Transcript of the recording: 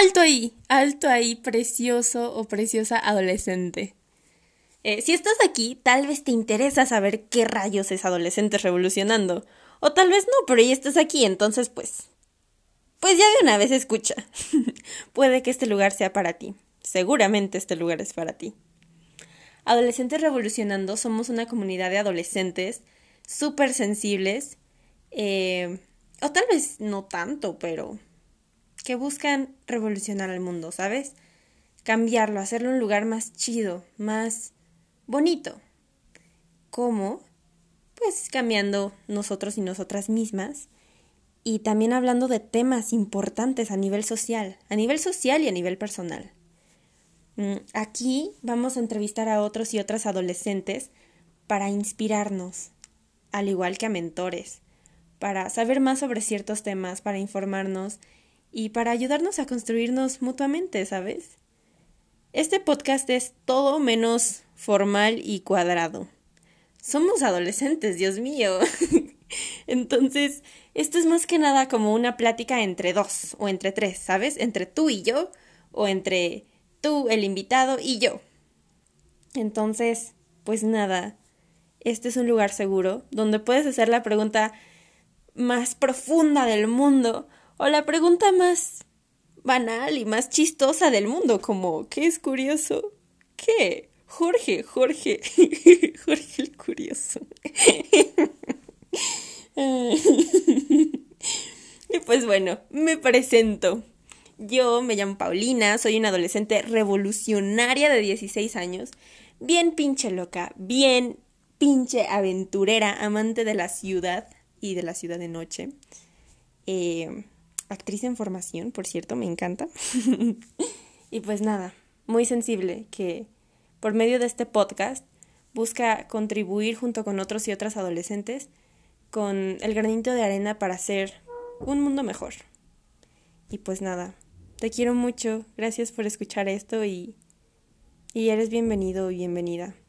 alto ahí, precioso o preciosa adolescente. Si estás aquí, tal vez te interesa saber qué rayos es Adolescentes Revolucionando. O tal vez no, pero ya estás aquí, entonces pues ya de una vez escucha. Puede que este lugar sea para ti. Seguramente este lugar es para ti. Adolescentes Revolucionando somos una comunidad de adolescentes súper sensibles, o tal vez no tanto, pero que buscan revolucionar el mundo, ¿sabes? Cambiarlo, hacerlo un lugar más chido, más bonito. ¿Cómo? Pues cambiando nosotros y nosotras mismas y también hablando de temas importantes a nivel social y a nivel personal. Aquí vamos a entrevistar a otros y otras adolescentes para inspirarnos, al igual que a mentores, para saber más sobre ciertos temas, para informarnos y para ayudarnos a construirnos mutuamente, ¿sabes? Este podcast es todo menos formal y cuadrado. Somos adolescentes, Dios mío. Entonces, esto es más que nada como una plática entre dos o entre tres, ¿sabes? Entre tú y yo o entre tú, el invitado y yo. Entonces, pues nada, este es un lugar seguro donde puedes hacer la pregunta más profunda del mundo o la pregunta más banal y más chistosa del mundo, como ¿qué es curioso? ¿Qué? Jorge el curioso. Y pues bueno, me presento. Yo me llamo Paulina, soy una adolescente revolucionaria de 16 años, bien pinche loca, bien pinche aventurera, amante de la ciudad y de la ciudad de noche. Actriz en formación, por cierto, me encanta. Y pues nada, muy sensible que por medio de este podcast busca contribuir junto con otros y otras adolescentes con el granito de arena para hacer un mundo mejor. Y pues nada, te quiero mucho, gracias por escuchar esto y eres bienvenido y bienvenida.